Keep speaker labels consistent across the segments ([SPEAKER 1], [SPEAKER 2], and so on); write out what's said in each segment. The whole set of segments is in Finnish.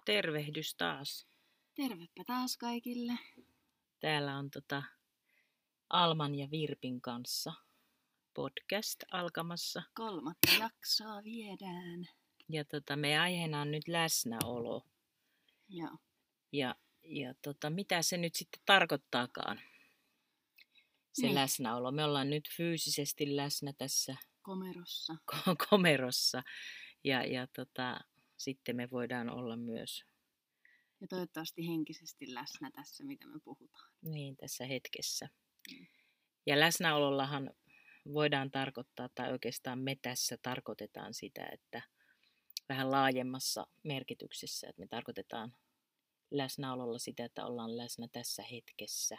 [SPEAKER 1] tervehdys taas.
[SPEAKER 2] Tervepä taas kaikille.
[SPEAKER 1] Täällä on Alman ja Virpin kanssa podcast alkamassa.
[SPEAKER 2] 3. jaksoa viedään.
[SPEAKER 1] Ja meidän aiheena on nyt läsnäolo.
[SPEAKER 2] Joo.
[SPEAKER 1] Ja mitä se nyt sitten tarkoittaakaan, se
[SPEAKER 2] Niin.
[SPEAKER 1] läsnäolo. Me ollaan nyt fyysisesti läsnä tässä komerossa. Ja sitten me voidaan olla myös
[SPEAKER 2] ja toivottavasti henkisesti läsnä tässä, mitä me puhutaan.
[SPEAKER 1] niin, tässä hetkessä. Ja läsnäolollahan voidaan tarkoittaa, tai oikeastaan me tässä tarkoitetaan sitä, että vähän laajemmassa merkityksessä, että me tarkoitetaan läsnäololla sitä, että ollaan läsnä tässä hetkessä.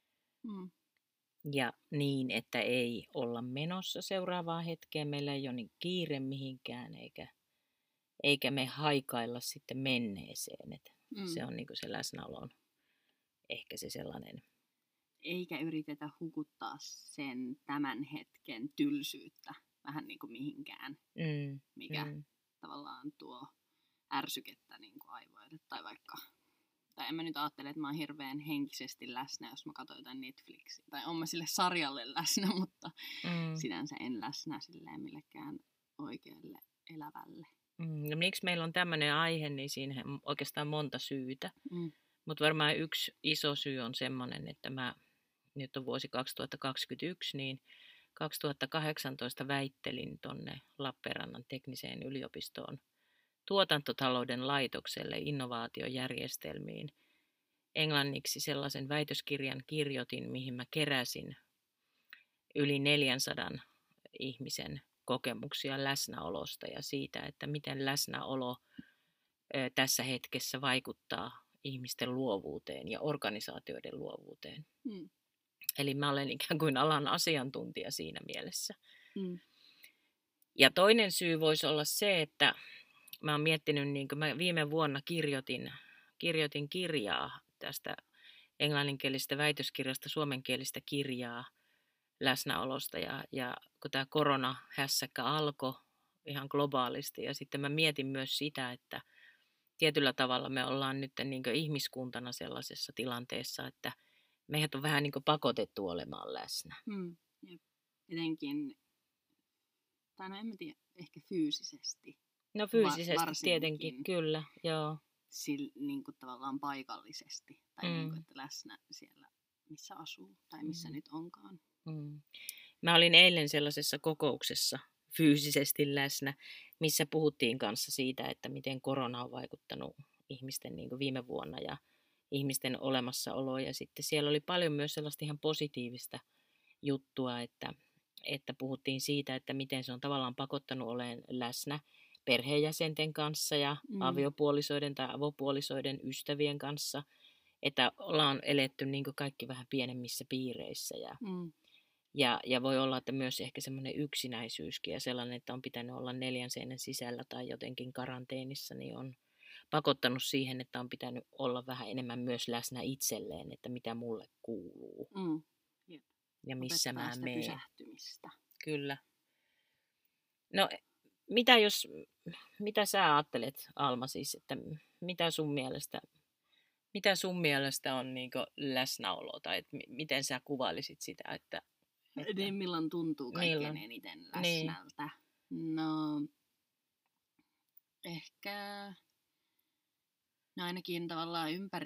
[SPEAKER 1] Ja niin, että ei olla menossa seuraavaan hetkeen, meillä ei ole niin kiire mihinkään, eikä me haikailla sitten menneeseen. Että se on niin kuin se läsnäolo on ehkä se sellainen.
[SPEAKER 2] Eikä yritetä hukuttaa sen tämän hetken tylsyyttä vähän niin kuin mihinkään, mikä tavallaan tuo ärsykettä niin kuin aivoille. Tai en mä nyt ajattele, että mä oon hirveän henkisesti läsnä, jos mä katson jotain Netflixiä. Tai on mä sille sarjalle läsnä, mutta sinänsä en läsnä silleen millekään oikealle elävälle.
[SPEAKER 1] No miksi meillä on tämmöinen aihe, niin siinä on oikeastaan monta syytä. Mutta varmaan yksi iso syy on semmoinen, että nyt on vuosi 2021, niin 2018 väittelin tonne Lappeenrannan tekniseen yliopistoon tuotantotalouden laitokselle innovaatiojärjestelmiin. Englanniksi sellaisen väitöskirjan kirjoitin, mihin mä keräsin yli 400 ihmisen kokemuksia läsnäolosta ja siitä, että miten läsnäolo tässä hetkessä vaikuttaa ihmisten luovuuteen ja organisaatioiden luovuuteen. Eli mä olen ikään kuin alan asiantuntija siinä mielessä. Ja toinen syy voisi olla se, että mä oon miettinyt, niin kuin mä viime vuonna kirjoitin kirjaa tästä englanninkielisestä väitöskirjasta, suomenkielistä kirjaa läsnäolosta. Ja kun tämä koronahässäkkä alkoi ihan globaalisti, ja sitten mä mietin myös sitä, että tietyllä tavalla me ollaan nyt niin kuin ihmiskuntana sellaisessa tilanteessa, että meidät on vähän niin kuin pakotettu olemaan läsnä.
[SPEAKER 2] Jotenkin, tai no en mä tiedä, ehkä fyysisesti.
[SPEAKER 1] No fyysisesti tietenkin, kyllä, joo.
[SPEAKER 2] Niin kuin tavallaan paikallisesti, tai niin kuin, että läsnä siellä, missä asuu, tai missä nyt onkaan.
[SPEAKER 1] Mä olin eilen sellaisessa kokouksessa fyysisesti läsnä, missä puhuttiin kanssa siitä, että miten korona on vaikuttanut ihmisten niin kuin viime vuonna ja ihmisten olemassaoloa. Ja sitten siellä oli paljon myös sellaista ihan positiivista juttua, että puhuttiin siitä, että miten se on tavallaan pakottanut olemaan läsnä perheenjäsenten kanssa ja aviopuolisoiden tai avopuolisoiden ystävien kanssa. Että ollaan eletty niin kuin kaikki vähän pienemmissä piireissä ja voi olla, että myös ehkä semmoinen yksinäisyyskin ja sellainen, että on pitänyt olla 4 seinän sisällä tai jotenkin karanteenissa, niin on pakottanut siihen, että on pitänyt olla vähän enemmän myös läsnä itselleen, että mitä mulle kuuluu ja missä mä menen.
[SPEAKER 2] Pysähtymistä.
[SPEAKER 1] Kyllä. No, mitä sä ajattelet, Alma, siis, että mitä sun mielestä on niin kuin läsnäolo, tai että miten sä kuvailisit sitä, että
[SPEAKER 2] niin, milloin tuntuu kaikkein eniten läsnältä? Niin. No, ehkä ainakin tavallaan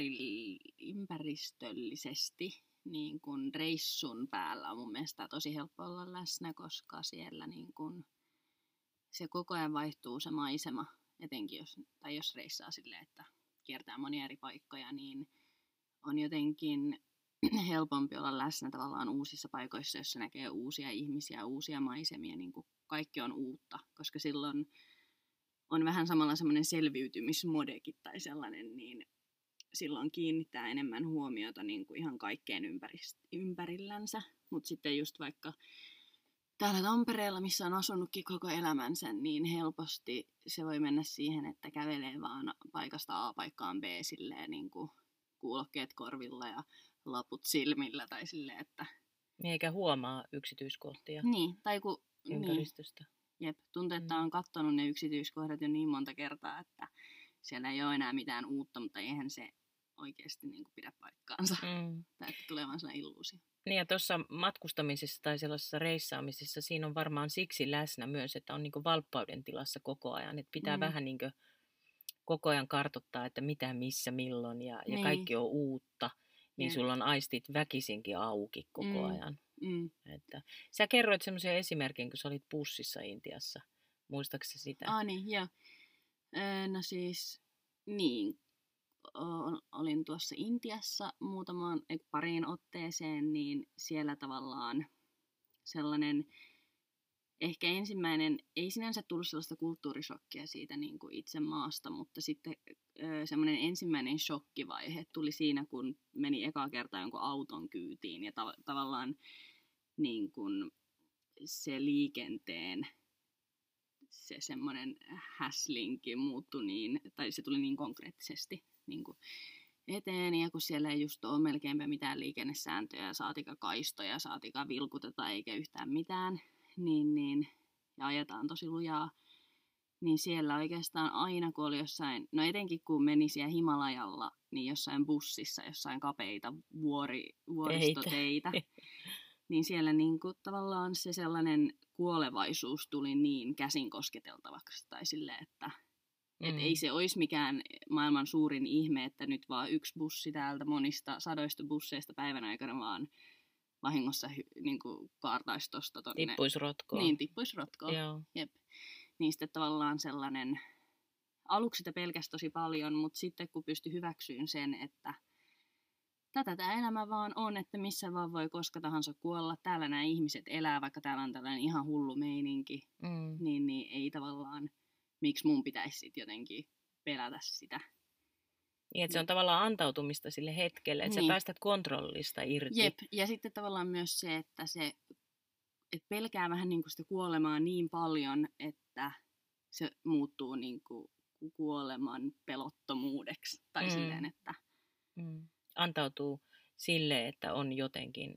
[SPEAKER 2] ympäristöllisesti niin kun reissun päällä on mun mielestä tosi helppo olla läsnä, koska siellä niin kun se koko ajan vaihtuu se maisema, etenkin jos reissaa silleen, että kiertää monia eri paikkoja, niin on jotenkin helpompi olla läsnä tavallaan uusissa paikoissa, jossa näkee uusia ihmisiä, uusia maisemia, niin kuin kaikki on uutta, koska silloin on vähän samalla semmoinen selviytymismodekin tai sellainen, niin silloin kiinnittää enemmän huomiota niin kuin ihan kaikkeen ympärillänsä. Mutta sitten just vaikka täällä Tampereella, missä on asunutkin koko elämänsä, niin helposti se voi mennä siihen, että kävelee vaan paikasta A paikkaan B silleen niin kuin kuulokkeet korvilla ja laput silmillä tai silleen, että
[SPEAKER 1] eikä huomaa yksityiskohtia
[SPEAKER 2] tai
[SPEAKER 1] ympäristöstä.
[SPEAKER 2] Jep, tuntuu, että on katsonut ne yksityiskohdat jo niin monta kertaa, että siellä ei ole enää mitään uutta, mutta eihän se oikeasti niin kuin pidä paikkaansa. Tai että tulee vaan sellainen illuusio.
[SPEAKER 1] Niin ja tuossa matkustamisessa tai sellaisessa reissaamisessa siinä on varmaan siksi läsnä myös, että on niin kuin valppauden tilassa koko ajan. Että pitää vähän niin kuin koko ajan kartoittaa, että mitä, missä, milloin ja kaikki on uutta. Niin sulla on aistit väkisinkin auki koko ajan. Että, sä kerroit semmoisen esimerkin, kun sä olit bussissa Intiassa. Muistaaksä sitä?
[SPEAKER 2] Niin, joo. No siis, niin. Olin tuossa Intiassa pariin otteeseen, niin siellä tavallaan sellainen, ehkä ensimmäinen, ei sinänsä tullut sellaista kulttuurishokkia siitä niin kuin itse maasta, mutta sitten semmoinen ensimmäinen shokkivaihe tuli siinä, kun meni ekaa kertaa jonkun auton kyytiin ja tavallaan niin kuin se liikenteen se semmoinen häslinki muuttui niin, tai se tuli niin konkreettisesti niin kuin eteen, ja kun siellä ei just ole melkeinpä mitään liikennesääntöjä, saatika kaistoja, saatika vilkuteta eikä yhtään mitään, niin ja ajetaan tosi lujaa, niin siellä oikeastaan aina kun oli jossain, no etenkin kun meni siellä Himalajalla, niin jossain bussissa, jossain kapeita vuoristoteitä, niin siellä niin kuin tavallaan se sellainen kuolevaisuus tuli niin käsin kosketeltavaksi, tai silleen, että et ei se olisi mikään maailman suurin ihme, että nyt vaan yksi bussi täältä monista sadoista busseista päivän aikana vaan vahingossa niin kuin kaartaisi tuosta tonne.
[SPEAKER 1] Tippuisi rotkoon.
[SPEAKER 2] Niin, tippuisi rotkoon. Joo. Jep. Niin sitten tavallaan sellainen, aluksi sitä pelkäsi tosi paljon, mutta sitten kun pystyi hyväksyyn sen, että tätä tämä elämä vaan on, että missä vaan voi koska tahansa kuolla. Täällä nämä ihmiset elää, vaikka täällä on tällainen ihan hullu meininki. Niin ei tavallaan, miksi mun pitäisi sitten jotenkin pelätä sitä.
[SPEAKER 1] Niin, että se on tavallaan antautumista sille hetkelle, että sä päästät kontrollista irti.
[SPEAKER 2] Jep, ja sitten tavallaan myös se, että että pelkää vähän niin kuin sitä kuolemaa niin paljon, että se muuttuu niin kuin kuoleman pelottomuudeksi. Tai silleen, että
[SPEAKER 1] antautuu sille, että on jotenkin,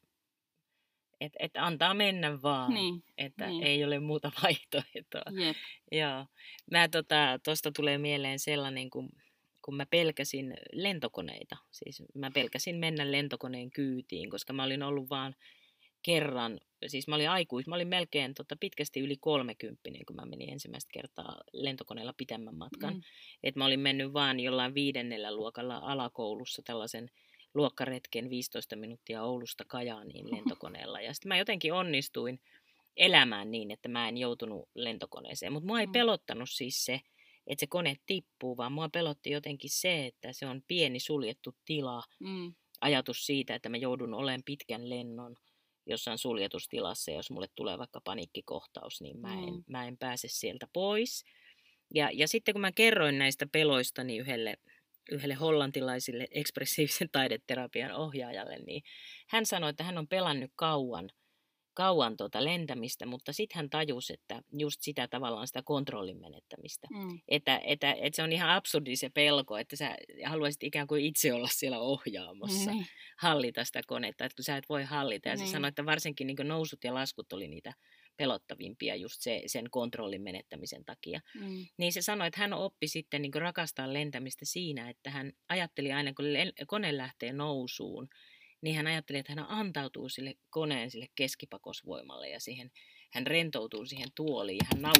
[SPEAKER 1] että antaa mennä vaan, että ei ole muuta vaihtoehtoa.
[SPEAKER 2] Jep.
[SPEAKER 1] Joo. Tuosta tulee mieleen sellainen, kun mä pelkäsin lentokoneita. Siis mä pelkäsin mennä lentokoneen kyytiin, koska mä olin ollut vaan kerran, siis mä olin melkein pitkästi yli 30, kun mä menin ensimmäistä kertaa lentokoneella pitemmän matkan. Et mä olin mennyt vaan jollain 5. luokalla alakoulussa tällaisen luokkaretken 15 minuuttia Oulusta Kajaaniin lentokoneella. Ja sitten mä jotenkin onnistuin elämään niin, että mä en joutunut lentokoneeseen. Mutta mua ei pelottanut siis se, että se kone tippuu, vaan mua pelotti jotenkin se, että se on pieni suljettu tila. Ajatus siitä, että mä joudun olemaan pitkän lennon jossain suljetustilassa, jos mulle tulee vaikka paniikkikohtaus, niin mä en pääse sieltä pois. Ja sitten kun mä kerroin näistä peloista niin yhdelle hollantilaiselle ekspressiivisen taideterapian ohjaajalle, niin hän sanoi, että hän on pelannut kauan lentämistä, mutta sitten hän tajusi, että just sitä tavallaan sitä kontrollin menettämistä. Että se on ihan absurdi se pelko, että sä haluaisit ikään kuin itse olla siellä ohjaamossa, hallita sitä konetta, että kun sä et voi hallita. Ja se sanoi, että varsinkin niin nousut ja laskut oli niitä pelottavimpia just sen kontrollin menettämisen takia. Niin se sanoi, että hän oppi sitten niin rakastaa lentämistä siinä, että hän ajatteli aina, kun kone lähtee nousuun, niin hän ajatteli, että hän antautuu sille koneen sille keskipakosvoimalle ja hän rentoutuu siihen tuoliin ja hän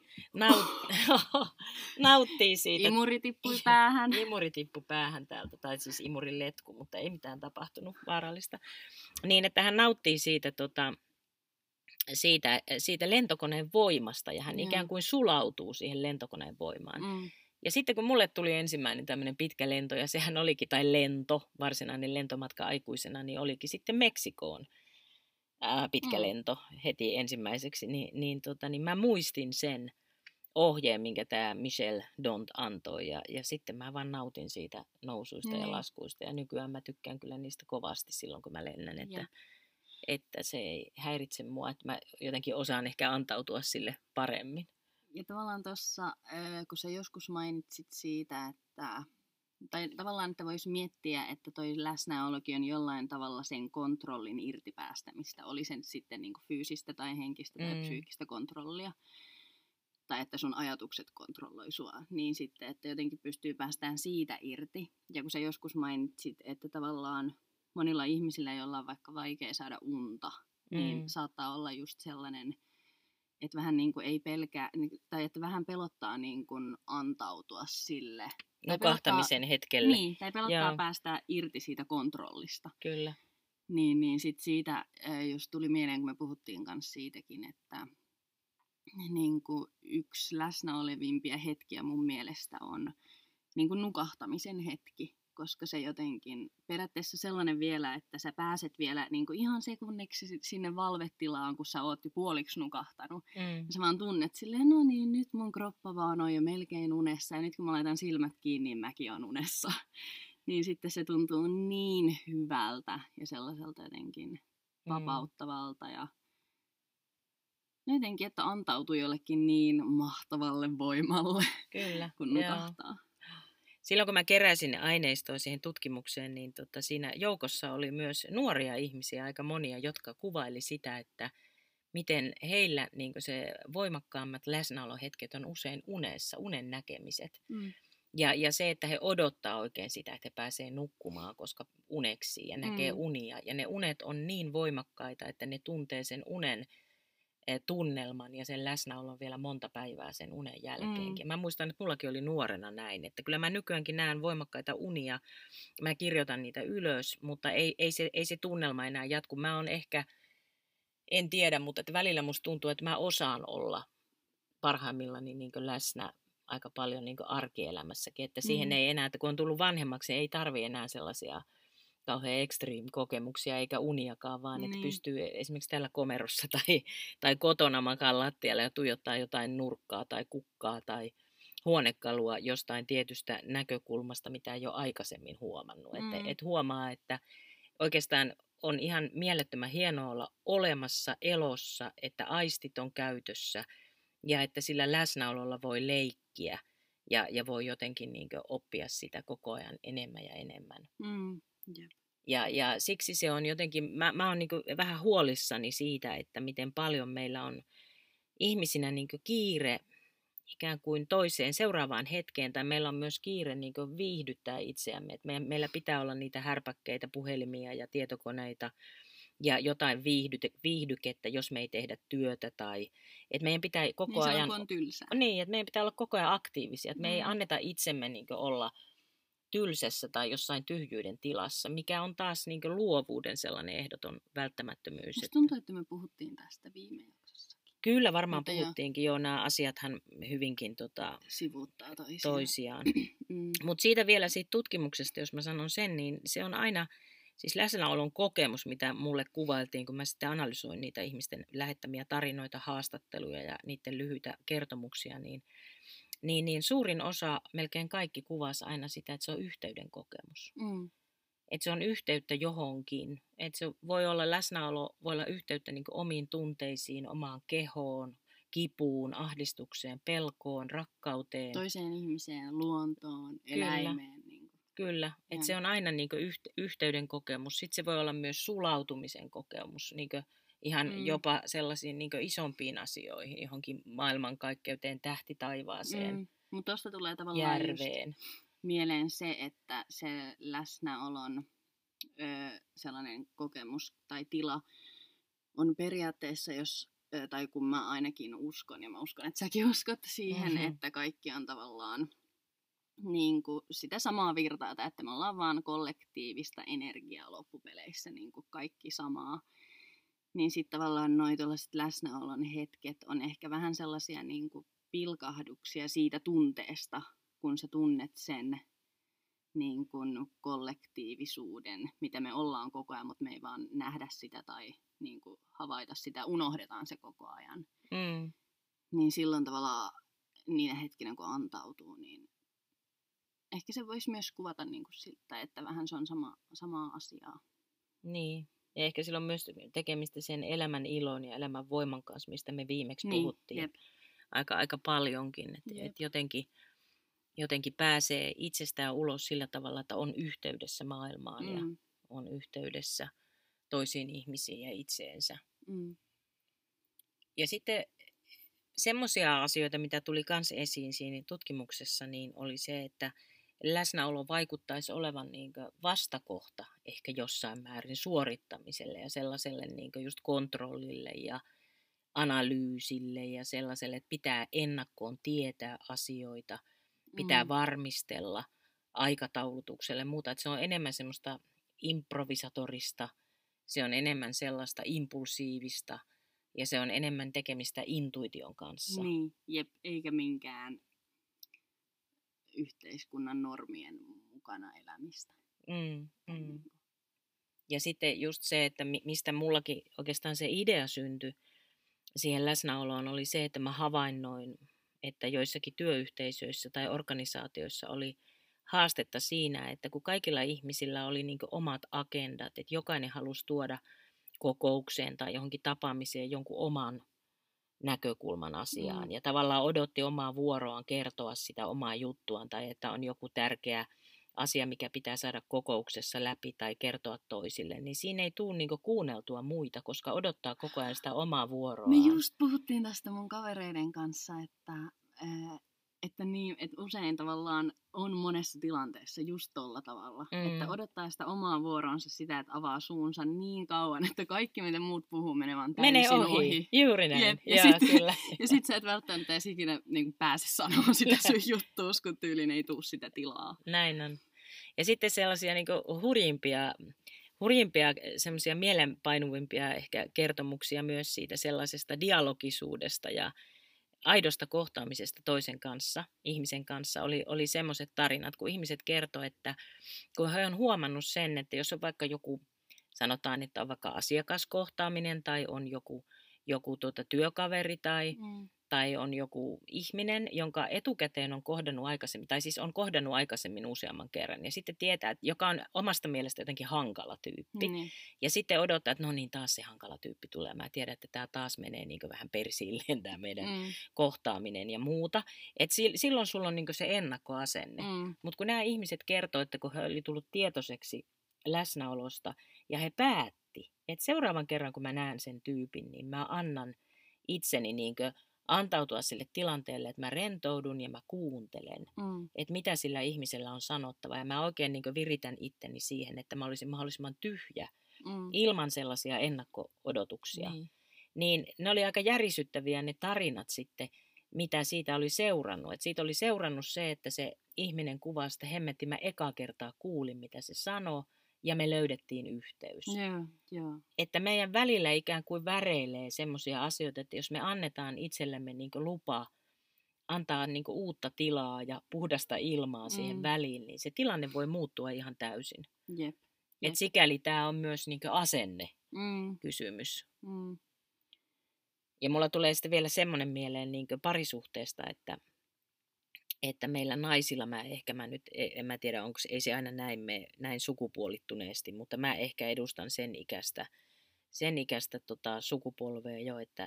[SPEAKER 1] nauttii siitä.
[SPEAKER 2] Imuri tippui päähän.
[SPEAKER 1] Imuri tippui päähän täältä, tai siis imurin letku, mutta ei mitään tapahtunut vaarallista. Niin, että hän nauttii siitä lentokoneen voimasta ja hän ikään kuin sulautuu siihen lentokoneen voimaan. Ja sitten kun mulle tuli ensimmäinen tämmöinen pitkä lento, ja sehän olikin, tai varsinainen lentomatka aikuisena, niin olikin sitten Meksikoon pitkä lento heti ensimmäiseksi, niin mä muistin sen ohjeen, minkä tämä Michel Dont antoi, ja sitten mä vaan nautin siitä nousuista ja laskuista, ja nykyään mä tykkään kyllä niistä kovasti silloin, kun mä lennän, että se ei häiritse mua, että mä jotenkin osaan ehkä antautua sille paremmin.
[SPEAKER 2] Ja tavallaan tuossa, kun sä joskus mainitsit siitä, tai tavallaan, että voisi miettiä, että toi läsnäolokin on jollain tavalla sen kontrollin irtipäästämistä, oli sen sitten niin kuin fyysistä tai henkistä tai psyykkistä kontrollia. tai että sun ajatukset kontrolloi sua, niin sitten, että jotenkin pystyy päästään siitä irti. Ja kun sä joskus mainitsit, että tavallaan monilla ihmisillä, joilla on vaikka vaikea saada unta, niin saattaa olla just sellainen, että vähän niin kuin ei pelkää, tai että vähän pelottaa niin kuin antautua sille.
[SPEAKER 1] Nukahtamisen hetkelle.
[SPEAKER 2] Niin, tai pelottaa päästä irti siitä kontrollista.
[SPEAKER 1] Kyllä.
[SPEAKER 2] Niin sit siitä just tuli mieleen, kun me puhuttiin kanssa siitäkin, että niin kuin yksi läsnä olevimpia hetkiä mun mielestä on niin kuin nukahtamisen hetki, koska se jotenkin periaatteessa sellainen vielä, että sä pääset vielä niin kuin ihan sekunniksi sinne valvetilaan, kun sä oot jo puoliksi nukahtanut. Ja sä vaan tunnet silleen, no niin, nyt mun kroppa vaan on jo melkein unessa, ja nyt kun mä laitan silmät kiinni, niin mäkin on unessa. Niin sitten se tuntuu niin hyvältä ja sellaiselta jotenkin vapauttavalta ja jotenkin, että antautuu jollekin niin mahtavalle voimalle,
[SPEAKER 1] kyllä,
[SPEAKER 2] kun nukahtaa.
[SPEAKER 1] Silloin kun mä keräsin aineistoa siihen tutkimukseen, niin siinä joukossa oli myös nuoria ihmisiä, aika monia, jotka kuvaili sitä, että miten heillä niin se voimakkaammat läsnäolohetket on usein unessa, unen näkemiset. Ja se, että he odottaa oikein sitä, että he pääsee nukkumaan, koska uneksii ja näkee unia. Ja ne unet on niin voimakkaita, että ne tuntee sen unen tunnelman ja sen läsnäolon vielä monta päivää sen unen jälkeenkin. Mä muistan, että mullakin oli nuorena näin, että kyllä mä nykyäänkin näen voimakkaita unia, mä kirjoitan niitä ylös, mutta ei se tunnelma enää jatku. Mä oon ehkä, en tiedä, mutta että välillä musta tuntuu, että mä osaan olla parhaimmillani niin kuin läsnä aika paljon niin kuin arkielämässäkin, että siihen ei enää, että kun on tullut vanhemmaksi, ei tarvitse enää sellaisia kauhean extreme-kokemuksia eikä uniakaan, vaan että pystyy esimerkiksi täällä komerossa tai kotona makaan lattialla ja tuijottaa jotain nurkkaa tai kukkaa tai huonekalua jostain tietystä näkökulmasta, mitä ei ole aikaisemmin huomannut. Että huomaa, että oikeastaan on ihan mielettömän hienoa olla olemassa, elossa, että aistit on käytössä ja että sillä läsnäololla voi leikkiä ja voi jotenkin niin kuin oppia sitä koko ajan enemmän ja enemmän.
[SPEAKER 2] Yep.
[SPEAKER 1] Ja siksi se on jotenkin, mä oon niin kuin vähän huolissani siitä, että miten paljon meillä on ihmisinä niin kuin kiire ikään kuin toiseen seuraavaan hetkeen, tai meillä on myös kiire niin kuin viihdyttää itseämme. Että meillä pitää olla niitä härpäkkeitä, puhelimia ja tietokoneita ja jotain viihdykettä, jos me ei tehdä työtä. Tai, että meidän pitää koko ajan, niin, että meidän pitää olla koko ajan aktiivisia. Että me ei anneta itsemme niin kuin olla tylsässä tai jossain tyhjyyden tilassa, mikä on taas niin kuin luovuuden sellainen ehdoton välttämättömyys.
[SPEAKER 2] Musta tuntuu, että me puhuttiin tästä viime jaksossakin.
[SPEAKER 1] Kyllä varmaan puhuttiinkin jo, nämä asiathan hyvinkin
[SPEAKER 2] sivuuttaa
[SPEAKER 1] toisiaan. Mutta siitä vielä siitä tutkimuksesta, jos mä sanon sen, niin se on aina siis läsnäolon kokemus, mitä mulle kuvailtiin, kun mä sitten analysoin niitä ihmisten lähettämiä tarinoita, haastatteluja ja niiden lyhyitä kertomuksia, niin suurin osa, melkein kaikki kuvasi aina sitä, että se on yhteyden kokemus. Että se on yhteyttä johonkin. Että se voi olla läsnäolo, voi olla yhteyttä niin kuin omiin tunteisiin, omaan kehoon, kipuun, ahdistukseen, pelkoon, rakkauteen.
[SPEAKER 2] Toiseen ihmiseen, luontoon, eläimeen.
[SPEAKER 1] Kyllä, että se on aina niin kuin yhteyden kokemus. Sitten se voi olla myös sulautumisen kokemus, niin kuin ihan jopa sellaisiin niin kuin isompiin asioihin, johonkin maailmankaikkeuteen, tähtitaivaaseen,
[SPEAKER 2] mutta tuosta tulee tavallaan
[SPEAKER 1] järveen.
[SPEAKER 2] Mieleen se, että se läsnäolon sellainen kokemus tai tila on periaatteessa, tai kun mä ainakin uskon, ja mä uskon, että säkin uskot siihen, että kaikki on tavallaan niin kuin sitä samaa virtaa, että me ollaan vaan kollektiivista energiaa loppupeleissä, niin kuin kaikki samaa. Niin sitten tavallaan noi tuollaiset läsnäolon hetket on ehkä vähän sellaisia niin kuin pilkahduksia siitä tunteesta, kun sä tunnet sen niin kuin kollektiivisuuden, mitä me ollaan koko ajan, mutta me ei vaan nähdä sitä tai niin kuin havaita sitä, unohdetaan se koko ajan. Niin silloin tavallaan niinä hetkinä, kun antautuu, niin ehkä se voisi myös kuvata niin kuin siltä, että vähän se on samaa asiaa.
[SPEAKER 1] Niin. Ja ehkä sillä on myös tekemistä sen elämän ilon ja elämän voiman kanssa, mistä me viimeksi puhuttiin aika paljonkin. Että jotenkin pääsee itsestään ulos sillä tavalla, että on yhteydessä maailmaan ja on yhteydessä toisiin ihmisiin ja itseensä. Ja sitten semmoisia asioita, mitä tuli kans esiin siinä tutkimuksessa, niin oli se, että läsnäolo vaikuttaisi olevan niin vastakohta ehkä jossain määrin suorittamiselle ja sellaiselle niin just kontrollille ja analyysille ja sellaiselle, että pitää ennakkoon tietää asioita, pitää varmistella aikataulutukselle ja muuta. Että se on enemmän semmoista improvisatorista, se on enemmän sellaista impulsiivista ja se on enemmän tekemistä intuition kanssa.
[SPEAKER 2] Niin, jep, eikä minkään yhteiskunnan normien mukana elämistä.
[SPEAKER 1] Ja sitten just se, että mistä mullakin oikeastaan se idea syntyi siihen läsnäoloon, oli se, että mä havainnoin, että joissakin työyhteisöissä tai organisaatioissa oli haastetta siinä, että kun kaikilla ihmisillä oli niin kuin omat agendat, että jokainen halusi tuoda kokoukseen tai johonkin tapaamiseen jonkun oman näkökulman asiaan ja tavallaan odotti omaa vuoroaan kertoa sitä omaa juttuaan tai että on joku tärkeä asia, mikä pitää saada kokouksessa läpi tai kertoa toisille, niin siinä ei tule niinku kuunneltua muita, koska odottaa koko ajan sitä omaa vuoroaan.
[SPEAKER 2] Me just puhuttiin tästä mun kavereiden kanssa, että usein tavallaan on monessa tilanteessa just tolla tavalla, että odottaa sitä omaa vuoronsa sitä, että avaa suunsa niin kauan, että kaikki mitä muut puhuu menee vaan täysin ohi.
[SPEAKER 1] Juuri näin.
[SPEAKER 2] Jep. Ja sit sä et välttämättä edes ikinä niin pääse sanomaan sitä sun juttuus, kun tyylin ei tuu sitä tilaa.
[SPEAKER 1] Näin on. Ja sitten sellaisia niin hurjimpia semmoisia mielenpainuvimpia ehkä kertomuksia myös siitä sellaisesta dialogisuudesta ja aidosta kohtaamisesta toisen kanssa, ihmisen kanssa, oli semmoiset tarinat, kun ihmiset kertoi, että kun he on huomannut sen, että jos on vaikka joku, sanotaan, että on vaikka asiakaskohtaaminen tai on joku työkaveri tai on joku ihminen, jonka etukäteen on kohdannut aikaisemmin, tai siis on kohdannut aikaisemmin useamman kerran, ja sitten tietää, että joka on omasta mielestä jotenkin hankala tyyppi, ja sitten odottaa, että no niin, taas se hankala tyyppi tulee, mä tiedän, että tämä taas menee niin vähän persilleen, tämä meidän kohtaaminen ja muuta, että silloin sulla on niin se ennakkoasenne, mutta kun nämä ihmiset kertoo, että kun he oli tullut tietoiseksi läsnäolosta, ja he päätti, että seuraavan kerran, kun mä näen sen tyypin, niin mä annan itseni antautua sille tilanteelle, että mä rentoudun ja mä kuuntelen, että mitä sillä ihmisellä on sanottava. Ja mä oikein viritän itteni siihen, että mä olisin mahdollisimman tyhjä ilman sellaisia ennakko-odotuksia. Niin ne oli aika järisyttäviä ne tarinat sitten, mitä siitä oli seurannut. Et siitä oli seurannut se, että se ihminen kuvasi, että hemmetti, mä ekaa kertaa kuulin, mitä se sanoi, ja me löydettiin yhteys. Että meidän välillä ikään kuin väreilee semmoisia asioita, että jos me annetaan itsellemme lupa antaa uutta tilaa ja puhdasta ilmaa siihen väliin, niin se tilanne voi muuttua ihan täysin. Et sikäli tämä on myös asenne kysymys. Ja mulla tulee sitten vielä semmoinen mieleen parisuhteesta, että meillä naisilla, en mä tiedä, ei se aina näin sukupuolittuneesti, mutta mä ehkä edustan sen ikäistä sukupolvea jo, että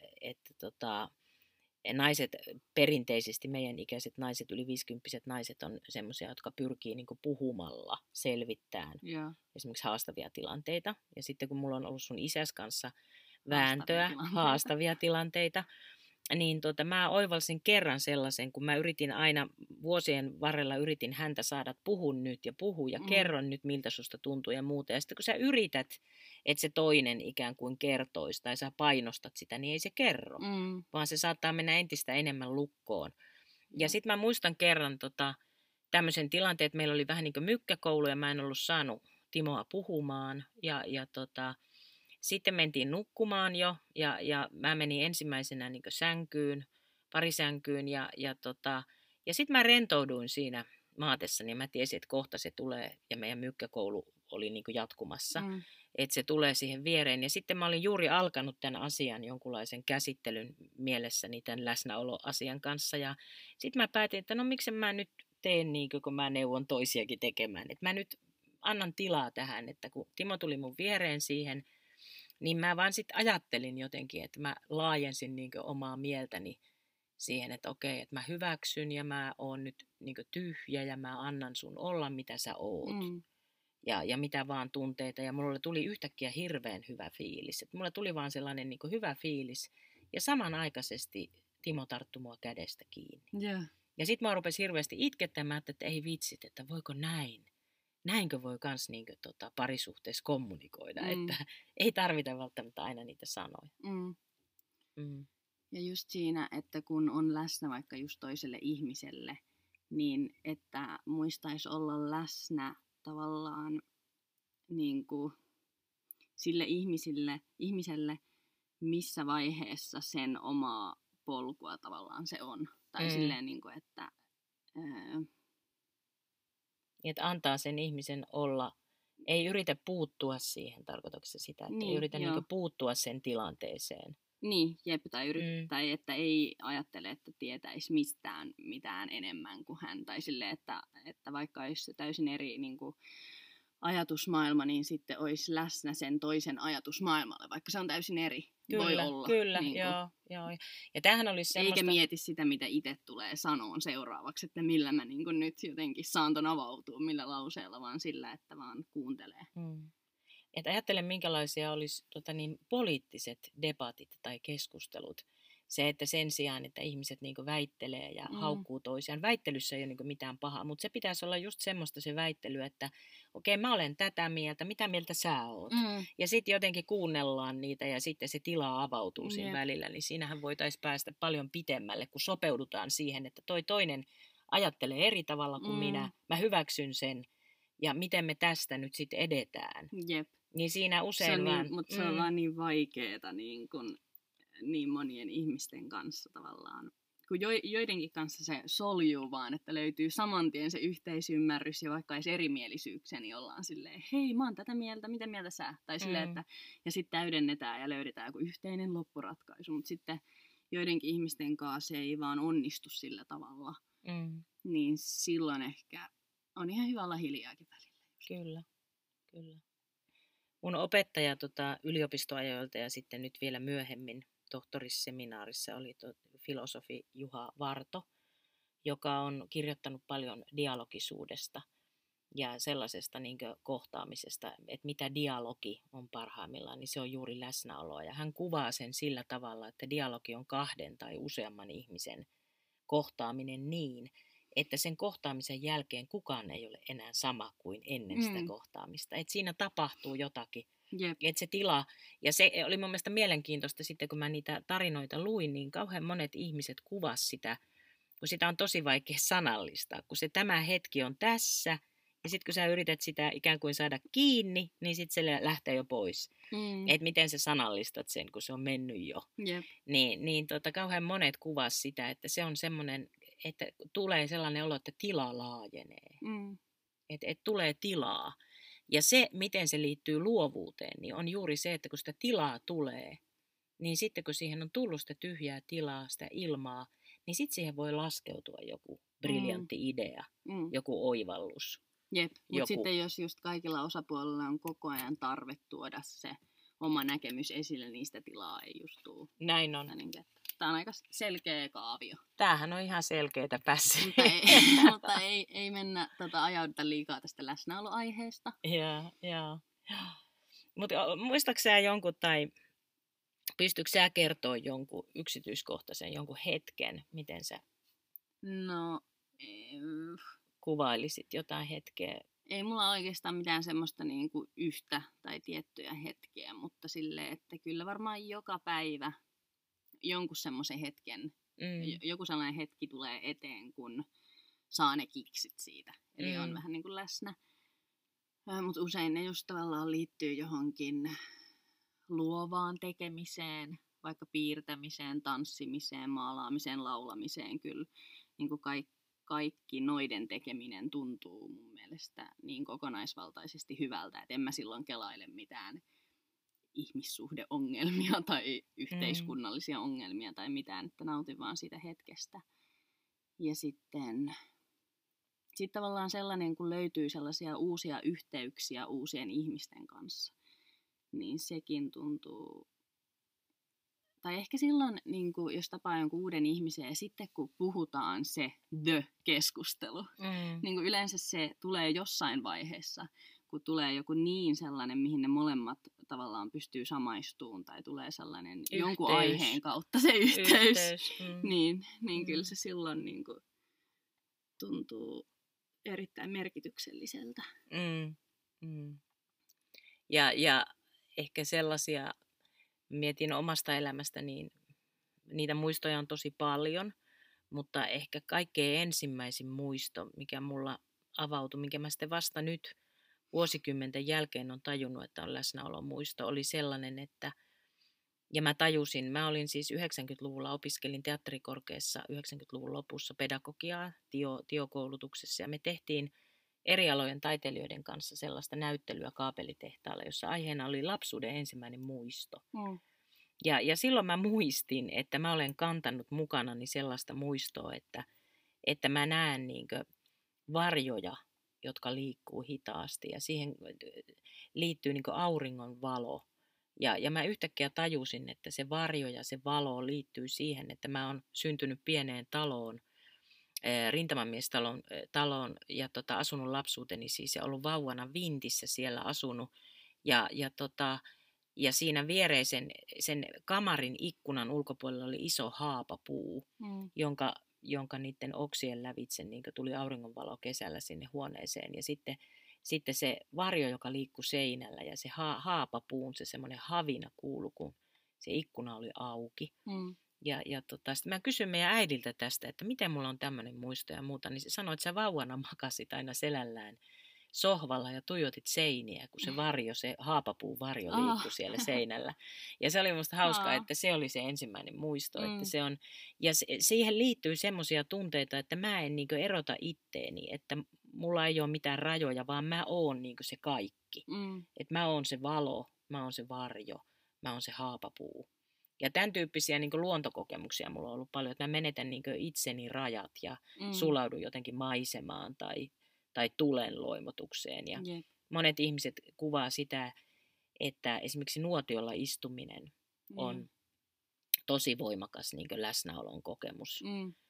[SPEAKER 1] naiset, perinteisesti meidän ikäiset naiset, yli 50-vuotiaat naiset on semmoisia, jotka pyrkii puhumalla selvittämään esimerkiksi haastavia tilanteita. Ja sitten kun mulla on ollut sun isäs kanssa vääntöä, haastavia tilanteita, niin mä oivalsin kerran sellaisen, kun mä yritin aina vuosien varrella häntä saada, että puhu ja kerron nyt, miltä susta tuntuu ja muuta. Ja sitten kun sä yrität, että se toinen ikään kuin kertoisi tai sä painostat sitä, niin ei se kerro, vaan se saattaa mennä entistä enemmän lukkoon. Ja sitten mä muistan kerran tämmöisen tilanteen, että meillä oli vähän niin kuin mykkäkoulu ja mä en ollut saanut Timoa puhumaan sitten mentiin nukkumaan jo ja mä menin ensimmäisenä parisänkyyn ja sitten mä rentouduin siinä maatessani ja mä tiesin, että kohta se tulee ja meidän mykkäkoulu oli jatkumassa, että se tulee siihen viereen. Ja sitten mä olin juuri alkanut tämän asian jonkunlaisen käsittelyn mielessäni tämän läsnäoloasian kanssa ja sitten mä päätin, että no miksen mä nyt teen kun mä neuvon toisiakin tekemään, että mä nyt annan tilaa tähän, että kun Timo tuli mun viereen siihen, niin mä vaan sitten ajattelin jotenkin, että mä laajensin omaa mieltäni siihen, että okei, että mä hyväksyn ja mä oon nyt tyhjä ja mä annan sun olla, mitä sä oot. Ja mitä vaan tunteita. Ja mulle tuli yhtäkkiä hirveän hyvä fiilis. Että mulle tuli vaan sellainen hyvä fiilis. Ja samanaikaisesti Timo tarttui mua kädestä kiinni.
[SPEAKER 2] Yeah.
[SPEAKER 1] Ja sitten mä rupesin hirveästi itkettämään, että ei vitsit, että voiko näin. Näinkö voi kans niinkö parisuhteessa kommunikoida, että ei tarvita välttämättä aina niitä sanoja.
[SPEAKER 2] Ja just siinä, että kun on läsnä vaikka just toiselle ihmiselle, niin että muistaisi olla läsnä tavallaan niin kuin sille ihmiselle, missä vaiheessa sen omaa polkua tavallaan se on. Tai silleen, niin kuin, että
[SPEAKER 1] antaa sen ihmisen olla, ei yritä puuttua siihen, tarkoitatko se sitä, että ei yritä niin puuttua sen tilanteeseen.
[SPEAKER 2] Niin, jep, tai että ei ajattele, että tietäisi mistään mitään enemmän kuin hän. Tai silleen, että vaikka olisi täysin eri niin kuin ajatusmaailma, niin sitten olisi läsnä sen toisen ajatusmaailmalle, vaikka se on täysin eri.
[SPEAKER 1] Kyllä,
[SPEAKER 2] voi olla.
[SPEAKER 1] Kyllä,
[SPEAKER 2] niin
[SPEAKER 1] joo. Ja tämähän olisi semmoista...
[SPEAKER 2] Eikä mieti sitä, mitä itse tulee sanoon seuraavaksi, että millä mä niin kuin nyt jotenkin saan ton avautua, millä lauseella, vaan sillä, että vaan kuuntelee.
[SPEAKER 1] Että ajattele, minkälaisia olisi poliittiset debatit tai keskustelut. Se, että sen sijaan, että ihmiset niinku väittelee ja haukkuu toisiaan. Väittelyssä ei ole niinku mitään pahaa, mutta se pitäisi olla just semmoista se väittely, että okei, mä olen tätä mieltä, mitä mieltä sä oot? Ja sitten jotenkin kuunnellaan niitä ja sitten se tila avautuu siinä välillä. Niin siinähän voitaisiin päästä paljon pitemmälle, kun sopeudutaan siihen, että toi toinen ajattelee eri tavalla kuin minä. Mä hyväksyn sen ja miten me tästä nyt sitten edetään.
[SPEAKER 2] Jep.
[SPEAKER 1] Niin siinä usein
[SPEAKER 2] mutta se on vaan niin vaikeeta niin monien ihmisten kanssa tavallaan. Kun joidenkin kanssa se soljuu vaan, että löytyy saman tien se yhteisymmärrys ja vaikka edes erimielisyyksiä, niin ollaan silleen, hei mä oon tätä mieltä, mitä mieltä sä? Tai silleen, että, ja sitten täydennetään ja löydetään joku yhteinen loppuratkaisu, mutta sitten joidenkin ihmisten kanssa se ei vaan onnistu sillä tavalla. Niin silloin ehkä on ihan hyvä olla hiljaakin välillä.
[SPEAKER 1] Kyllä. Mun opettaja yliopistoajoilta ja sitten nyt vielä myöhemmin tohtorisseminaarissa oli filosofi Juha Varto, joka on kirjoittanut paljon dialogisuudesta ja sellaisesta kohtaamisesta, että mitä dialogi on parhaimmillaan, niin se on juuri läsnäoloa. Ja hän kuvaa sen sillä tavalla, että dialogi on 2 tai useamman ihmisen kohtaaminen niin, että sen kohtaamisen jälkeen kukaan ei ole enää sama kuin ennen sitä kohtaamista. Että siinä tapahtuu jotakin. Että se tila, ja se oli mun mielestä mielenkiintoista sitten, kun mä niitä tarinoita luin, niin kauhean monet ihmiset kuvas sitä, kun sitä on tosi vaikea sanallistaa, kun se tämä hetki on tässä, ja sitten kun sä yrität sitä ikään kuin saada kiinni, niin sitten se lähtee jo pois. Että miten sä sanallistat sen, kun se on mennyt jo. Niin kauhean monet kuvas sitä, että se on semmoinen, että tulee sellainen olo, että tila laajenee. Että tulee tilaa. Ja se, miten se liittyy luovuuteen, niin on juuri se, että kun sitä tilaa tulee, niin sitten kun siihen on tullut sitä tyhjää tilaa, sitä ilmaa, niin sitten siihen voi laskeutua joku briljantti idea, joku oivallus.
[SPEAKER 2] Jep, mutta sitten jos just kaikilla osapuolilla on koko ajan tarve tuoda se oma näkemys esille, niin sitä tilaa ei just tule.
[SPEAKER 1] Näin on.
[SPEAKER 2] Tämä on aika selkeä kaavio.
[SPEAKER 1] Tämähän on ihan selkeätä pässiä.
[SPEAKER 2] Mutta ei mennä ajauduta liikaa tästä läsnäoloaiheesta.
[SPEAKER 1] Joo. Mutta muistatko sä jonkun, tai pystytkö sä kertoa jonkun yksityiskohtaisen, jonkun hetken, miten sä kuvailisit jotain hetkeä?
[SPEAKER 2] Ei mulla oikeastaan mitään semmoista niinku yhtä tai tiettyjä hetkeä, mutta silleen, että kyllä varmaan joka päivä jonkun semmoisen hetken, joku sellainen hetki tulee eteen, kun saa ne kiksit siitä. Eli on vähän niin kuin läsnä. Mutta usein ne just tavallaan liittyy johonkin luovaan tekemiseen, vaikka piirtämiseen, tanssimiseen, maalaamiseen, laulamiseen. Kyllä niin kuin kaikki noiden tekeminen tuntuu mun mielestä niin kokonaisvaltaisesti hyvältä, että en mä silloin kelaile mitään ihmissuhdeongelmia tai yhteiskunnallisia ongelmia tai mitään, että nautin vaan siitä hetkestä. Ja sitten tavallaan sellainen, kun löytyy sellaisia uusia yhteyksiä uusien ihmisten kanssa, niin sekin tuntuu, tai ehkä silloin, niin kun, jos tapaa jonkun uuden ihmisen ja sitten kun puhutaan se the-keskustelu, niin kun yleensä se tulee jossain vaiheessa, kun tulee joku niin sellainen, mihin ne molemmat tavallaan pystyy samaistumaan, tai tulee sellainen jonkun aiheen kautta se yhteys. Niin kyllä se silloin niin kuin tuntuu erittäin merkitykselliseltä.
[SPEAKER 1] Ja ehkä sellaisia, mietin omasta elämästä, niin niitä muistoja on tosi paljon, mutta ehkä kaikkein ensimmäisin muisto, mikä mulla avautui, minkä mä sitten vasta nyt vuosikymmenten jälkeen on tajunnut, että on läsnäolomuisto, oli sellainen, että ja mä tajusin, mä olin siis 90-luvulla, opiskelin teatterikorkeassa 90-luvun lopussa pedagogiaa TIO-koulutuksessa, ja me tehtiin eri alojen taiteilijoiden kanssa sellaista näyttelyä kaapelitehtaalla, jossa aiheena oli lapsuuden ensimmäinen muisto. Ja silloin mä muistin, että mä olen kantanut mukanani sellaista muistoa, että mä näen niinkö varjoja, jotka liikkuu hitaasti, ja siihen liittyy niinkö auringon valo. Ja mä yhtäkkiä tajusin, että se varjo ja se valo liittyy siihen, että mä oon syntynyt pieneen taloon, rintamamiestaloon ja asunut lapsuuteni siis ja ollut vauvana vintissä siellä asunut. Ja siinä viereisen sen kamarin ikkunan ulkopuolella oli iso haapapuu, jonka niiden oksien lävitse niin tuli auringonvalo kesällä sinne huoneeseen. Ja sitten se varjo, joka liikkui seinällä ja se haapapuun, se semmoinen havina kuului, kun se ikkuna oli auki. Sitten mä kysyin meidän äidiltä tästä, että miten mulla on tämmöinen muisto ja muuta, niin se sanoi, että sä vauvana makasit aina selällään sohvalla ja tuijotit seiniä, kun se haapapuun varjo liikkui siellä seinällä. Ja se oli musta hauskaa, että se oli se ensimmäinen muisto. Että se on, ja siihen liittyy semmoisia tunteita, että mä en niinkö erota itteeni, että mulla ei ole mitään rajoja, vaan mä oon niinkö se kaikki. Että mä oon se valo, mä oon se varjo, mä oon se haapapuu. Ja tämän tyyppisiä niin kuin luontokokemuksia mulla on ollut paljon, että mä menetän niin kuin itseni rajat ja sulaudun jotenkin maisemaan tai tulen loimotukseen. Ja monet ihmiset kuvaa sitä, että esimerkiksi nuotiolla istuminen on tosi voimakas niin kuin läsnäolon kokemus.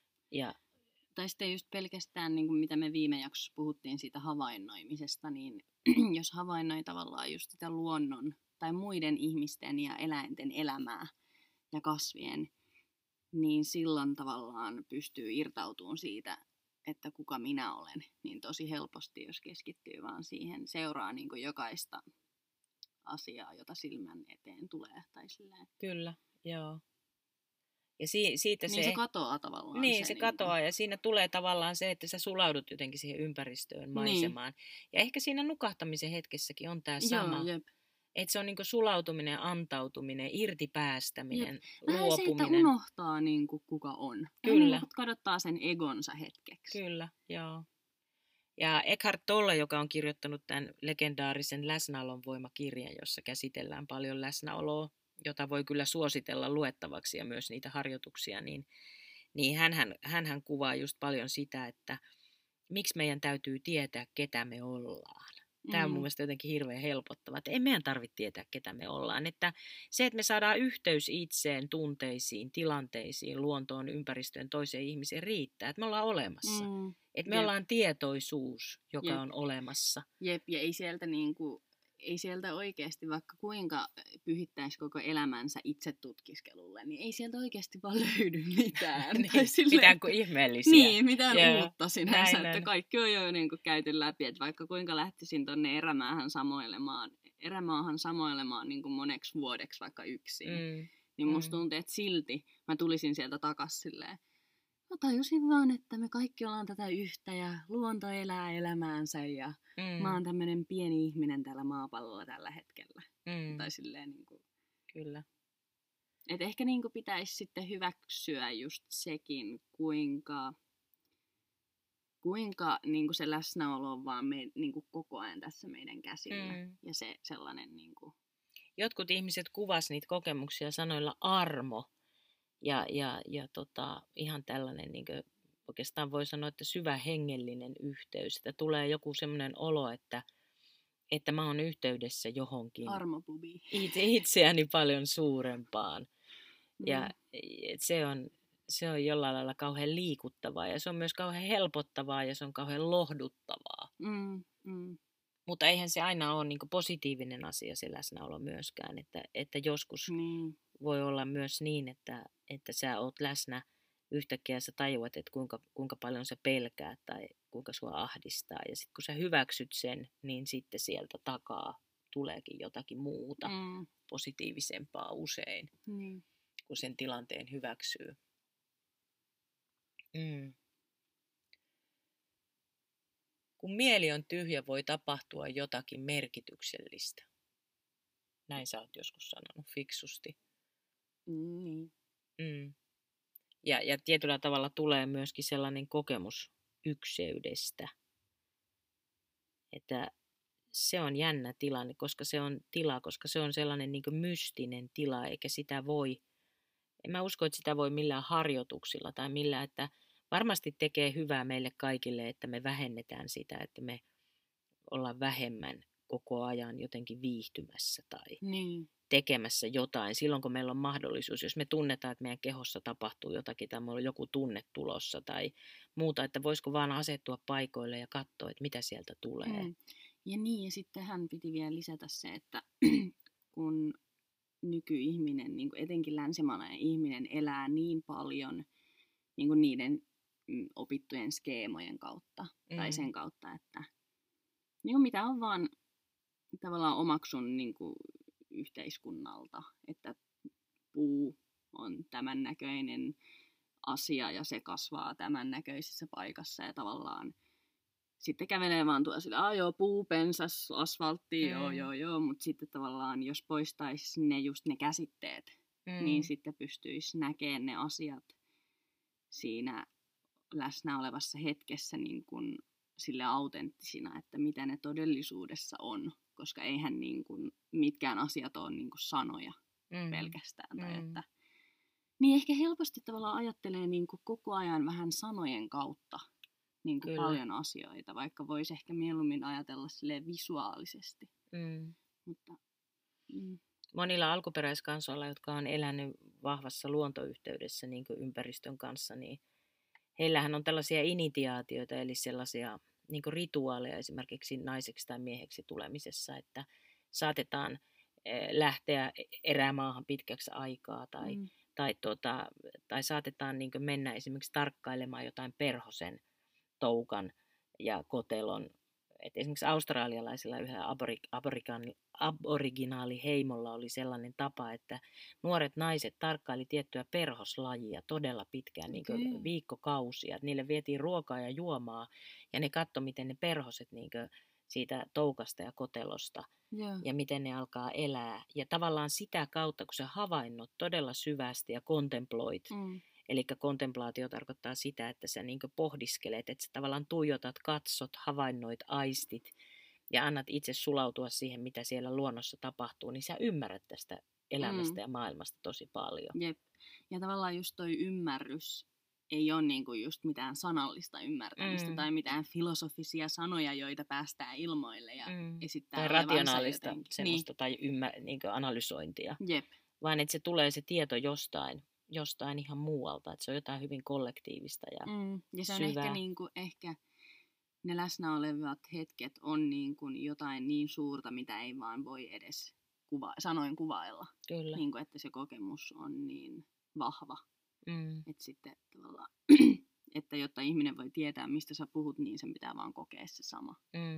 [SPEAKER 2] Tai sitten just pelkästään, niin kuin mitä me viime jaksossa puhuttiin siitä havainnoimisesta, niin jos havainnoi tavallaan just sitä luonnon tai muiden ihmisten ja eläinten elämää ja kasvien, niin silloin tavallaan pystyy irtautumaan siitä, että kuka minä olen, niin tosi helposti, jos keskittyy vaan siihen, seuraa niin kuin jokaista asiaa, jota silmän eteen tulee. Tai silleen.
[SPEAKER 1] Kyllä, joo. Ja siitä
[SPEAKER 2] niin se katoaa tavallaan.
[SPEAKER 1] Niin, se katoaa ja siinä tulee tavallaan se, että sä sulaudut jotenkin siihen ympäristöön, maisemaan. Ja ehkä siinä nukahtamisen hetkessäkin on tämä sama.
[SPEAKER 2] Joo,
[SPEAKER 1] että se on niinku sulautuminen, antautuminen, irtipäästäminen,
[SPEAKER 2] luopuminen. Vähän se, että unohtaa niinku kuka on.
[SPEAKER 1] Kyllä.
[SPEAKER 2] Niin kadottaa sen egonsa hetkeksi.
[SPEAKER 1] Kyllä, joo. Ja Eckhart Tolle, joka on kirjoittanut tämän legendaarisen Läsnäolon voimakirjan, jossa käsitellään paljon läsnäoloa, jota voi kyllä suositella luettavaksi ja myös niitä harjoituksia, niin hänhän kuvaa just paljon sitä, että miksi meidän täytyy tietää, ketä me ollaan. Tämä on mun mielestä jotenkin hirveän helpottava, että ei meidän tarvitse tietää, ketä me ollaan. Että se, että me saadaan yhteys itseen, tunteisiin, tilanteisiin, luontoon, ympäristöön, toiseen ihmiseen riittää, että me ollaan olemassa. Että me ollaan tietoisuus, joka on olemassa.
[SPEAKER 2] Ja ei sieltä oikeasti, vaikka kuinka pyhittäisi koko elämänsä itse tutkiskelulle, niin ei sieltä oikeasti vaan löydy mitään.
[SPEAKER 1] Mitään kuin ihmeellisiä.
[SPEAKER 2] Niin, mitään uutta sinänsä, että kaikki on jo niin kuin käyty läpi, että vaikka kuinka lähtisin tuonne erämaahan samoilemaan niin kuin moneksi vuodeksi vaikka yksin, niin musta tuntuu, että silti mä tulisin sieltä takaisin silleen, mä tajusin vaan, että me kaikki ollaan tätä yhtä ja luonto elää elämäänsä ja mä oon tämmönen pieni ihminen täällä maapallolla tällä hetkellä. Tai silleen niinku.
[SPEAKER 1] Kyllä.
[SPEAKER 2] Et ehkä niinku pitäisi sitten hyväksyä just sekin, kuinka niinku se läsnäolo on vaan niinku koko ajan tässä meidän käsillä. Ja se sellainen niinku.
[SPEAKER 1] Jotkut ihmiset kuvas niitä kokemuksia sanoilla armo. Ja ihan tällainen, niin kuin, oikeastaan voi sanoa, että syvä hengellinen yhteys. Että tulee joku semmoinen olo, että mä oon yhteydessä johonkin.
[SPEAKER 2] Armopubi.
[SPEAKER 1] Itseäni paljon suurempaan. Ja se on jollain lailla kauhean liikuttavaa ja se on myös kauhean helpottavaa ja se on kauhean lohduttavaa. Mutta eihän se aina ole niin kuin positiivinen asia se läsnäolo myöskään, että joskus voi olla myös niin, että sä oot läsnä yhtäkkiä ja sä tajuat, että kuinka paljon sä pelkäät tai kuinka sua ahdistaa. Ja sitten kun sä hyväksyt sen, niin sitten sieltä takaa tuleekin jotakin muuta, positiivisempaa usein, kun sen tilanteen hyväksyy. Kun mieli on tyhjä, voi tapahtua jotakin merkityksellistä. Näin sä oot joskus sanonut fiksusti. Ja tietyllä tavalla tulee myöskin sellainen kokemus ykseydestä. Että se on jännä tilanne, koska se on sellainen niin kuin mystinen tila, eikä sitä voi, en mä usko, että sitä voi millään harjoituksilla tai millään, että varmasti tekee hyvää meille kaikille, että me vähennetään sitä, että me ollaan vähemmän koko ajan jotenkin viihtymässä tai tekemässä jotain. Silloin kun meillä on mahdollisuus, jos me tunnetaan, että meidän kehossa tapahtuu jotakin tai meillä on joku tunne tulossa tai muuta, että voisiko vaan asettua paikoille ja katsoa, että mitä sieltä tulee.
[SPEAKER 2] Ja sitten hän piti vielä lisätä se, että kun nykyihminen, niin kuin etenkin länsimaalainen ihminen, elää niin paljon niin kuin niiden opittujen skeemojen kautta tai sen kautta, että niin kuin mitä on vaan tavallaan omaksun niin kuin yhteiskunnalta, että puu on tämän näköinen asia ja se kasvaa tämän näköisessä paikassa ja tavallaan sitten kävelee vaan tuolla sillä, joo, puu, pensas, asfaltti, joo, mutta sitten tavallaan jos poistaisi just ne käsitteet, niin sitten pystyisi näkemään ne asiat siinä läsnä olevassa hetkessä niin kuin sille autenttisina, että mitä ne todellisuudessa on, koska eihän niin kuin mitkään asiat ole niin kuin sanoja pelkästään. Tai että, niin ehkä helposti tavallaan ajattelee niin kuin koko ajan vähän sanojen kautta niin kuin paljon asioita, vaikka voisi ehkä mieluummin ajatella silleen visuaalisesti. Mutta,
[SPEAKER 1] monilla alkuperäiskansoilla, jotka on elänyt vahvassa luontoyhteydessä niin kuin ympäristön kanssa, niin heillähän on tällaisia initiaatioita, eli sellaisia niin kuin rituaaleja esimerkiksi naiseksi tai mieheksi tulemisessa, että saatetaan lähteä erämaahan pitkäksi aikaa tai saatetaan niin kuin mennä esimerkiksi tarkkailemaan jotain perhosen, toukan ja kotelon. Et esimerkiksi australialaisilla yhdellä aboriginaaliheimolla oli sellainen tapa, että nuoret naiset tarkkaili tiettyä perhoslajia todella pitkään, niin kuin viikkokausia. Niille vietiin ruokaa ja juomaa ja ne katsoi, miten ne perhoset niin kuin siitä toukasta ja kotelosta ja miten ne alkaa elää. Ja tavallaan sitä kautta, kun sä havainnot todella syvästi ja kontemploit, eli kontemplaatio tarkoittaa sitä, että sä niin kuin pohdiskelet, että sä tavallaan tuijotat, katsot, havainnoit, aistit ja annat itse sulautua siihen, mitä siellä luonnossa tapahtuu, niin sä ymmärrät tästä elämästä ja maailmasta tosi paljon.
[SPEAKER 2] Jep. Ja tavallaan just toi ymmärrys ei ole niinku just mitään sanallista ymmärtämistä tai mitään filosofisia sanoja, joita päästään ilmoille ja esittää
[SPEAKER 1] tai rationaalista semmoista tai niin analysointia.
[SPEAKER 2] Jep.
[SPEAKER 1] Vaan että se tulee se tieto jostain ihan muualta, että se on jotain hyvin kollektiivista ja
[SPEAKER 2] se on
[SPEAKER 1] syvää.
[SPEAKER 2] ehkä ne läsnä olevat hetket on niinku jotain niin suurta, mitä ei vaan voi edes sanoin kuvailla.
[SPEAKER 1] Kyllä.
[SPEAKER 2] Niinku, että se kokemus on niin vahva. Että sitten tavallaan, että jotta ihminen voi tietää, mistä sä puhut, niin sen pitää vaan kokea se sama.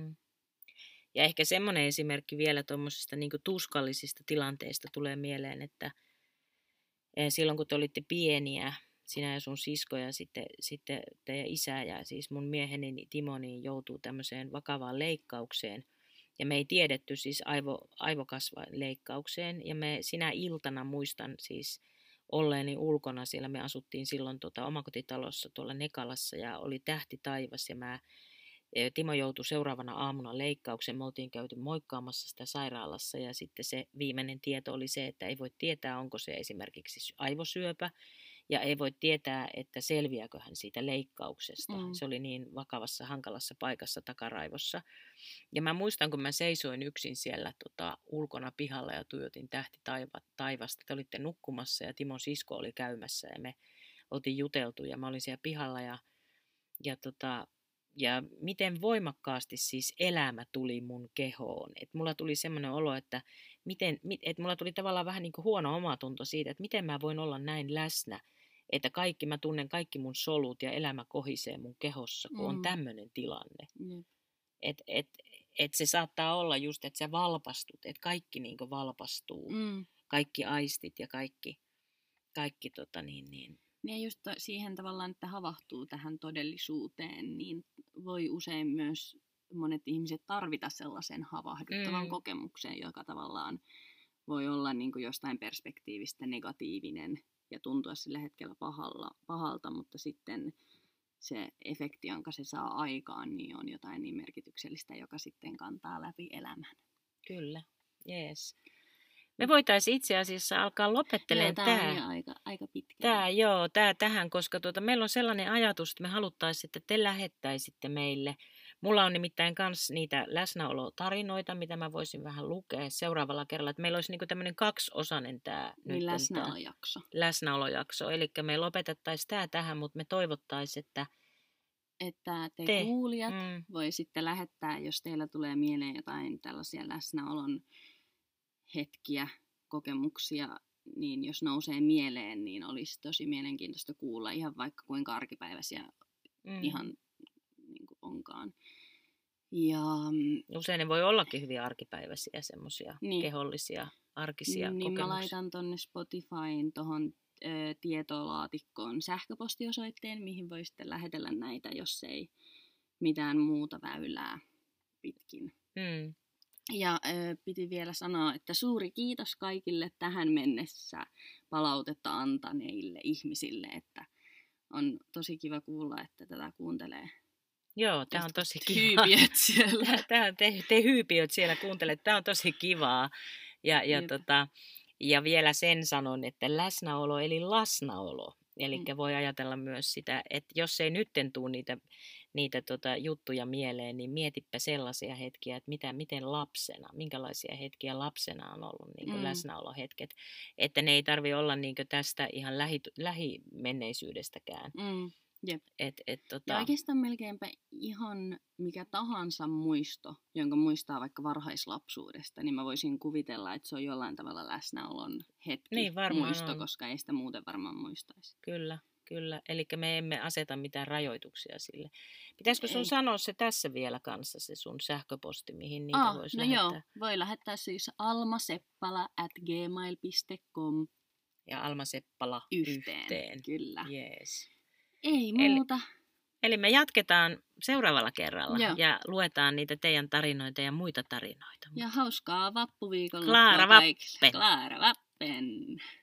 [SPEAKER 1] Ja ehkä semmoinen esimerkki vielä tuommoisista niin kuin tuskallisista tilanteista tulee mieleen, että silloin kun te olitte pieniä, sinä ja sun sisko ja sitten teidän isä ja siis mun mieheni Timo niin joutuu tämmöiseen vakavaan leikkaukseen. Ja me ei tiedetty siis aivokasvaleikkaukseen ja me sinä iltana muistan siis olleeni ulkona siellä. Me asuttiin silloin omakotitalossa tuolla Nekalassa ja oli tähti taivas ja Timo joutui seuraavana aamuna leikkaukseen. Me oltiin käyty moikkaamassa sitä sairaalassa ja sitten se viimeinen tieto oli se, että ei voi tietää, onko se esimerkiksi aivosyöpä ja ei voi tietää, että selviääkö hän siitä leikkauksesta. Se oli niin vakavassa, hankalassa paikassa takaraivossa. Ja mä muistan, kun mä seisoin yksin siellä ulkona pihalla ja tuijotin tähti taivasta. Te olitte nukkumassa ja Timon sisko oli käymässä ja me oltiin juteltu ja mä olin siellä pihalla ja ja miten voimakkaasti siis elämä tuli mun kehoon. Et mulla tuli semmoinen olo, että mulla tuli tavallaan vähän niin kuin huono omatunto siitä, että miten mä voin olla näin läsnä, että mä tunnen kaikki mun solut ja elämä kohisee mun kehossa, kun on tämmöinen tilanne. Et se saattaa olla just, että sä valpastut, että kaikki niin kuin valpastuu, kaikki aistit ja kaikki
[SPEAKER 2] Ja just siihen tavallaan, että havahtuu tähän todellisuuteen, niin voi usein myös monet ihmiset tarvita sellaisen havahduttavan kokemuksen, joka tavallaan voi olla niin kuin jostain perspektiivistä negatiivinen ja tuntua sillä hetkellä pahalta, mutta sitten se efekti, jonka se saa aikaan, niin on jotain niin merkityksellistä, joka sitten kantaa läpi elämän.
[SPEAKER 1] Kyllä, jees. Me voitaisiin itse asiassa alkaa lopettelemaan
[SPEAKER 2] tämä. Aika pitkä.
[SPEAKER 1] Tämä tähän, koska meillä on sellainen ajatus, että me haluttaisiin, että te lähettäisitte meille. Mulla on nimittäin myös niitä läsnäolotarinoita, mitä mä voisin vähän lukea seuraavalla kerralla. Että meillä olisi niinku tämmöinen kaksiosainen tämä läsnäolojakso. Eli me lopetettaisiin tämä tähän, mutta me toivottaisiin,
[SPEAKER 2] että te kuulijat voi sitten lähettää, jos teillä tulee mieleen jotain tällaisia läsnäolon hetkiä, kokemuksia, niin jos nousee mieleen, niin olisi tosi mielenkiintoista kuulla ihan vaikka kuinka arkipäiväisiä ihan niin kuin onkaan. Ja
[SPEAKER 1] usein ne voi ollakin hyvin arkipäiväisiä, semmoisia kehollisia, arkisia kokemuksia.
[SPEAKER 2] Mä laitan tonne Spotifyin tuohon tietolaatikkoon sähköpostiosoitteen, mihin voi sitten lähetellä näitä, jos ei mitään muuta väylää pitkin. Ja piti vielä sanoa, että suuri kiitos kaikille tähän mennessä palautetta antaneille ihmisille, että on tosi kiva kuulla, että tätä kuuntelee.
[SPEAKER 1] Joo, tämä on tosi kiva.
[SPEAKER 2] Hyypiöt siellä.
[SPEAKER 1] Te hyypiöt siellä kuuntelet, tämä on tosi kivaa. Ja vielä sen sanon, että läsnäolo eli lasnaolo. Eli voi ajatella myös sitä, että jos ei nytten tule niitä juttuja mieleen, niin mietipä sellaisia hetkiä, että miten lapsena, minkälaisia hetkiä lapsena on ollut niin läsnäolohetket. Että ne ei tarvitse olla niin tästä ihan lähimenneisyydestäkään.
[SPEAKER 2] Jep. Ja oikeastaan melkeinpä ihan mikä tahansa muisto, jonka muistaa vaikka varhaislapsuudesta, niin mä voisin kuvitella, että se on jollain tavalla läsnäolon hetki muisto, koska ei sitä muuten varmaan muistaisi.
[SPEAKER 1] Kyllä. Eli me emme aseta mitään rajoituksia sille. Pitäisikö sun sanoa se tässä vielä kanssa, se sun sähköposti, mihin niitä voisi lähettää?
[SPEAKER 2] Joo, voi lähettää siis almaseppala@gmail.com.
[SPEAKER 1] Ja Alma Seppala yhteen.
[SPEAKER 2] Kyllä.
[SPEAKER 1] Yes.
[SPEAKER 2] Ei muuta.
[SPEAKER 1] Eli me jatketaan seuraavalla kerralla ja luetaan niitä teidän tarinoita ja muita tarinoita.
[SPEAKER 2] Ja hauskaa vappuviikonloppua kaikille.
[SPEAKER 1] Klaara Vappen!